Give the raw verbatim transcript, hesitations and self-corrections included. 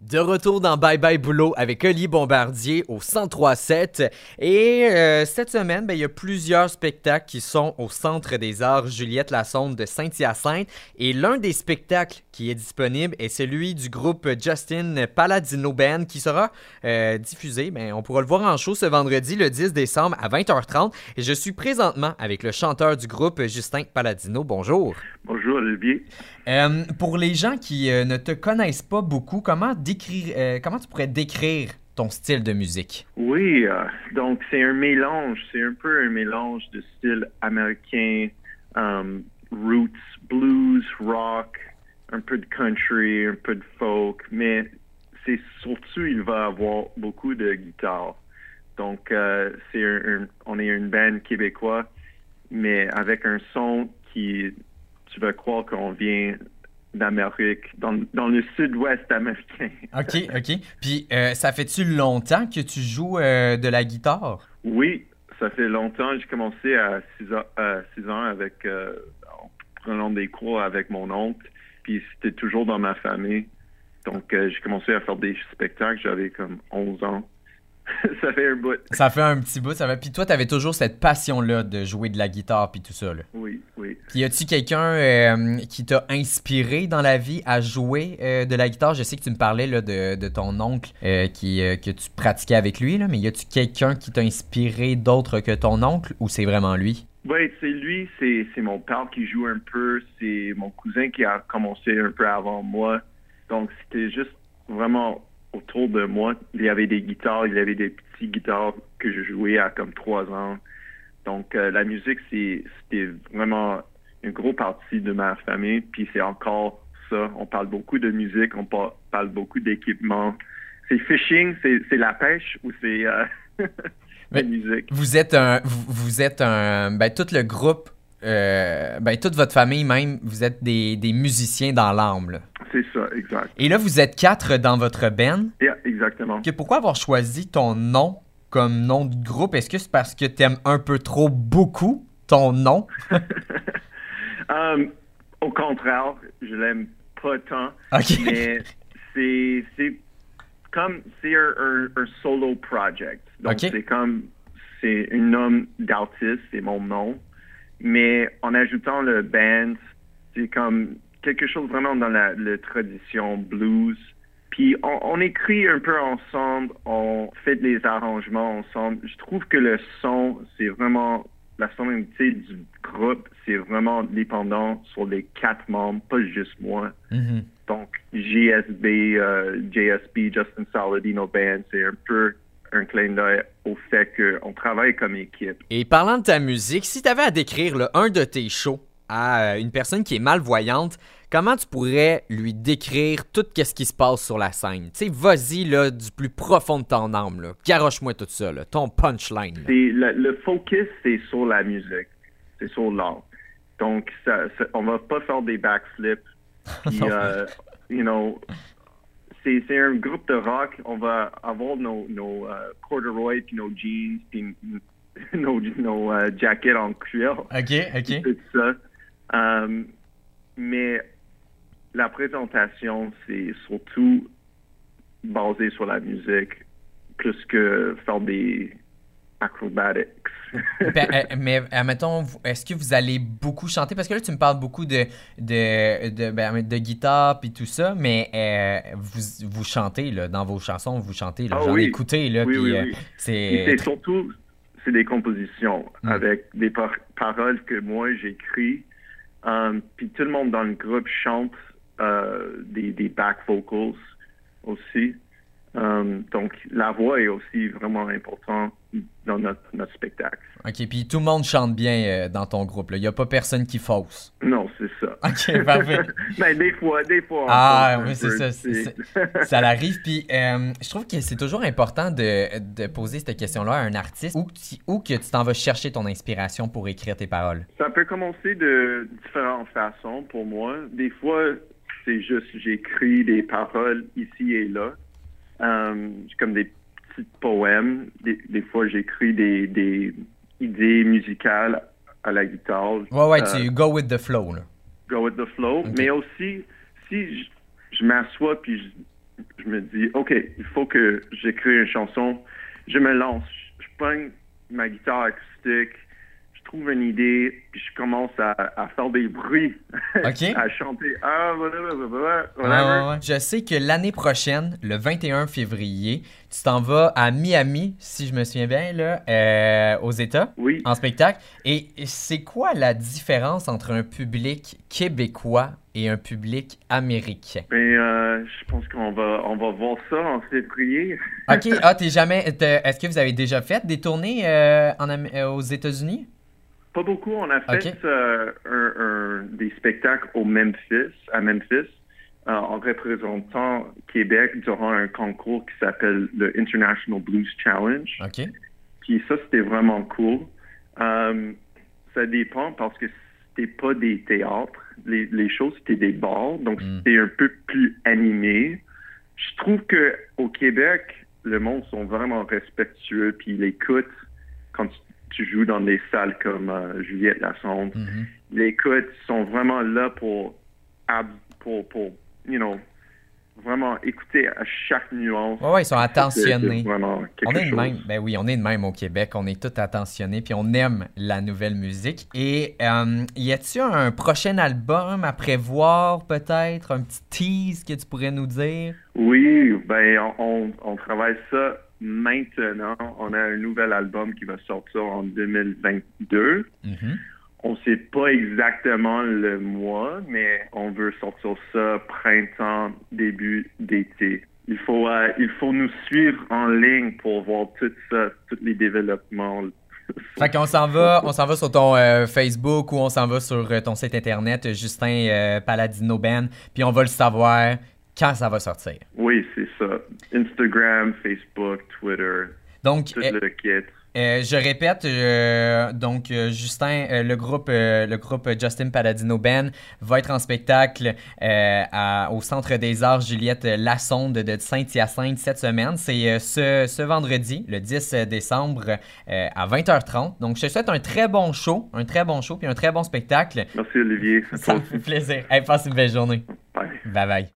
De retour dans Bye Bye Boulot avec Oli Bombardier au cent trois sept. Et euh, cette semaine, ben, il y a plusieurs spectacles qui sont au Centre des Arts Juliette Lassonde de Saint-Hyacinthe. Et l'un des spectacles qui est disponible est celui du groupe Justin Paladino Band qui sera euh, diffusé. Ben, on pourra le voir en show ce vendredi, le dix décembre à vingt heures trente. Et je suis présentement avec le chanteur du groupe, Justin Paladino. Bonjour. Bonjour Olivier. Euh, pour les gens qui euh, ne te connaissent pas beaucoup, comment décrire, euh, comment tu pourrais décrire ton style de musique? Oui, euh, donc c'est un mélange, c'est un peu un mélange de style américain, um, roots, blues, rock, un peu de country, un peu de folk, mais c'est surtout il va avoir beaucoup de guitare. Donc euh, c'est un, un, on est une band québécoise, mais avec un son qui tu vas croire qu'on vient d'Amérique, dans, dans le sud-ouest américain. OK, OK. Puis, euh, ça fait-tu longtemps que tu joues euh, de la guitare? Oui, ça fait longtemps. J'ai commencé à six ans avec, euh, en prenant des cours avec mon oncle, puis c'était toujours dans ma famille. Donc, euh, j'ai commencé à faire des spectacles, j'avais comme onze ans. Ça fait un bout. Ça fait un petit bout, ça va. Puis toi, t'avais toujours cette passion-là de jouer de la guitare puis tout ça, là. Oui, oui. Puis y a-tu quelqu'un euh, qui t'a inspiré dans la vie à jouer euh, de la guitare? Je sais que tu me parlais là, de, de ton oncle euh, qui, euh, que tu pratiquais avec lui, là, mais y a-tu quelqu'un qui t'a inspiré d'autre que ton oncle ou c'est vraiment lui? Oui, c'est lui, c'est, c'est mon père qui joue un peu, c'est mon cousin qui a commencé un peu avant moi. Donc c'était juste vraiment autour de moi. Il y avait des guitares, il y avait des petites guitares que je jouais à comme trois ans. Donc euh, la musique, c'est, c'était vraiment une grosse partie de ma famille. Puis c'est encore ça. On parle beaucoup de musique, on par- parle beaucoup d'équipement. C'est fishing, c'est, c'est la pêche ou c'est euh, la musique? Vous êtes un... Vous, vous êtes un... Ben, tout le groupe... Euh, ben, toute votre famille même, vous êtes des, des musiciens dans l'âme, là. C'est ça, exact. Et là, vous êtes quatre dans votre band. Yeah, exactement. Que, pourquoi avoir choisi ton nom comme nom de groupe? Est-ce que c'est parce que t'aimes un peu trop beaucoup ton nom? um, au contraire, je l'aime pas tant. OK. Mais c'est, c'est comme, c'est un, un, un solo project. Donc, OK. c'est comme, c'est un nom d'artiste, c'est mon nom. Mais en ajoutant le band, c'est comme quelque chose vraiment dans la, la tradition blues. Puis on, on écrit un peu ensemble, on fait des arrangements ensemble. Je trouve que le son, c'est vraiment, la sonorité du groupe, c'est vraiment dépendant sur les quatre membres, pas juste moi. Mm-hmm. Donc J S B, euh, J S B, Justin Paladino Band, c'est un peu un clin d'œil au fait qu'on travaille comme équipe. Et parlant de ta musique, si tu avais à décrire là, un de tes shows à une personne qui est malvoyante, comment tu pourrais lui décrire tout ce qui se passe sur la scène? Tu sais, vas-y là, du plus profond de ton âme, là. Garoche-moi tout ça, là, ton punchline. Là. C'est, le, le focus, c'est sur la musique, c'est sur l'art. Donc, ça, ça, on va pas faire des backflips, puis, euh, you know... C'est, c'est un groupe de rock. On va avoir nos, nos uh, corduroys, puis nos jeans, puis nos, nos uh, jackets en cuir. OK, OK. Tout ça. Um, mais la présentation, c'est surtout basé sur la musique, plus que faire des acrobatics. ben, euh, mais admettons, est-ce que vous allez beaucoup chanter? Parce que là, tu me parles beaucoup de, de, de, ben, de guitare puis tout ça, mais euh, vous, vous chantez là, dans vos chansons, vous chantez. Là, ah, j'en oui. ai écouté. Là, oui, puis, oui, euh, oui. c'est... c'est surtout, c'est des compositions mm. avec des par- paroles que moi j'écris. Um, puis tout le monde dans le groupe chante euh, des, des back vocals aussi. Um, donc, la voix est aussi vraiment importante dans notre, notre spectacle. OK, puis tout le monde chante bien euh, dans ton groupe. Il n'y a pas personne qui fausse. Non, c'est ça. OK, parfait. Ben, des fois, des fois. Ah, oui, c'est ça. C'est, c'est, ça l'arrive. Puis, euh, je trouve que c'est toujours important de, de poser cette question-là à un artiste ou, ou que tu t'en vas chercher ton inspiration pour écrire tes paroles. Ça peut commencer de différentes façons pour moi. Des fois, c'est juste j'écris des paroles ici et là. Um, comme des petits poèmes. Des, des fois, j'écris des, des idées musicales à la guitare. Ouais, ouais, euh, tu go with the flow, là. Go with the flow. Okay. Mais aussi, si je, je m'assois puis je me dis, OK, il faut que j'écris une chanson. Je me lance. Je, je pogne ma guitare acoustique. Je trouve une idée, puis je commence à, à faire des bruits, OK. à chanter. Ah, voilà, voilà, voilà, Ouais, ouais, ouais. Je sais que l'année prochaine, le vingt et un février, tu t'en vas à Miami, si je me souviens bien, là, euh, aux États, Oui. en spectacle. Et c'est quoi la différence entre un public québécois et un public américain? Mais euh, je pense qu'on va, on va voir ça en février. OK. Ah, t'es jamais. t'es- Est-ce que vous avez déjà fait des tournées euh, en Am- euh, aux États-Unis? Pas beaucoup. On a fait OK. euh, un, un- des spectacles au Memphis, à Memphis, euh, en représentant Québec durant un concours qui s'appelle le International Blues Challenge. OK. Puis ça, c'était vraiment cool. Euh, ça dépend parce que c'était pas des théâtres. Les, les shows, c'était des bars. Donc, Mm. c'était un peu plus animé. Je trouve que au Québec, le monde sont vraiment respectueux. Puis ils écoutent quand tu, tu joues dans des salles comme euh, Juliette Lassonde. Mhm. Ils écoutent, ils sont vraiment là pour, ab- pour, pour, you know, vraiment écouter à chaque nuance. Ouais, ouais, ils sont C'est- attentionnés. c'est vraiment quelque On est de chose. même. Ben oui, on est de même au Québec. On est tous attentionnés, puis on aime la nouvelle musique. Et euh, y a-tu un prochain album à prévoir, peut-être? Un petit tease que tu pourrais nous dire? Oui, ben on, on, on travaille ça maintenant. On a un nouvel album qui va sortir en deux mille vingt-deux. Mhm. On sait pas exactement le mois, mais on veut sortir ça printemps, début d'été. Il faut, euh, il faut nous suivre en ligne pour voir tout ça, tous les développements. Fait qu'on s'en va, on s'en va sur ton euh, Facebook ou on s'en va sur euh, ton site internet, Justin euh, Paladino Band, puis on va le savoir quand ça va sortir. Oui, c'est ça. Instagram, Facebook, Twitter, Donc, tout euh, le kit. Euh, je répète, euh, donc euh, Justin, euh, le groupe, euh, le groupe Justin Paladino Band va être en spectacle euh, à- au Centre des Arts Juliette Lassonde de Saint-Hyacinthe cette semaine. C'est euh, ce, ce vendredi, le dix décembre euh, à vingt heures trente. Donc je te souhaite un très bon show, un très bon show puis un très bon spectacle. Merci Olivier. À Ça toi me fait plaisir. Hey, passe une belle journée. aussi. Bye. Bye bye.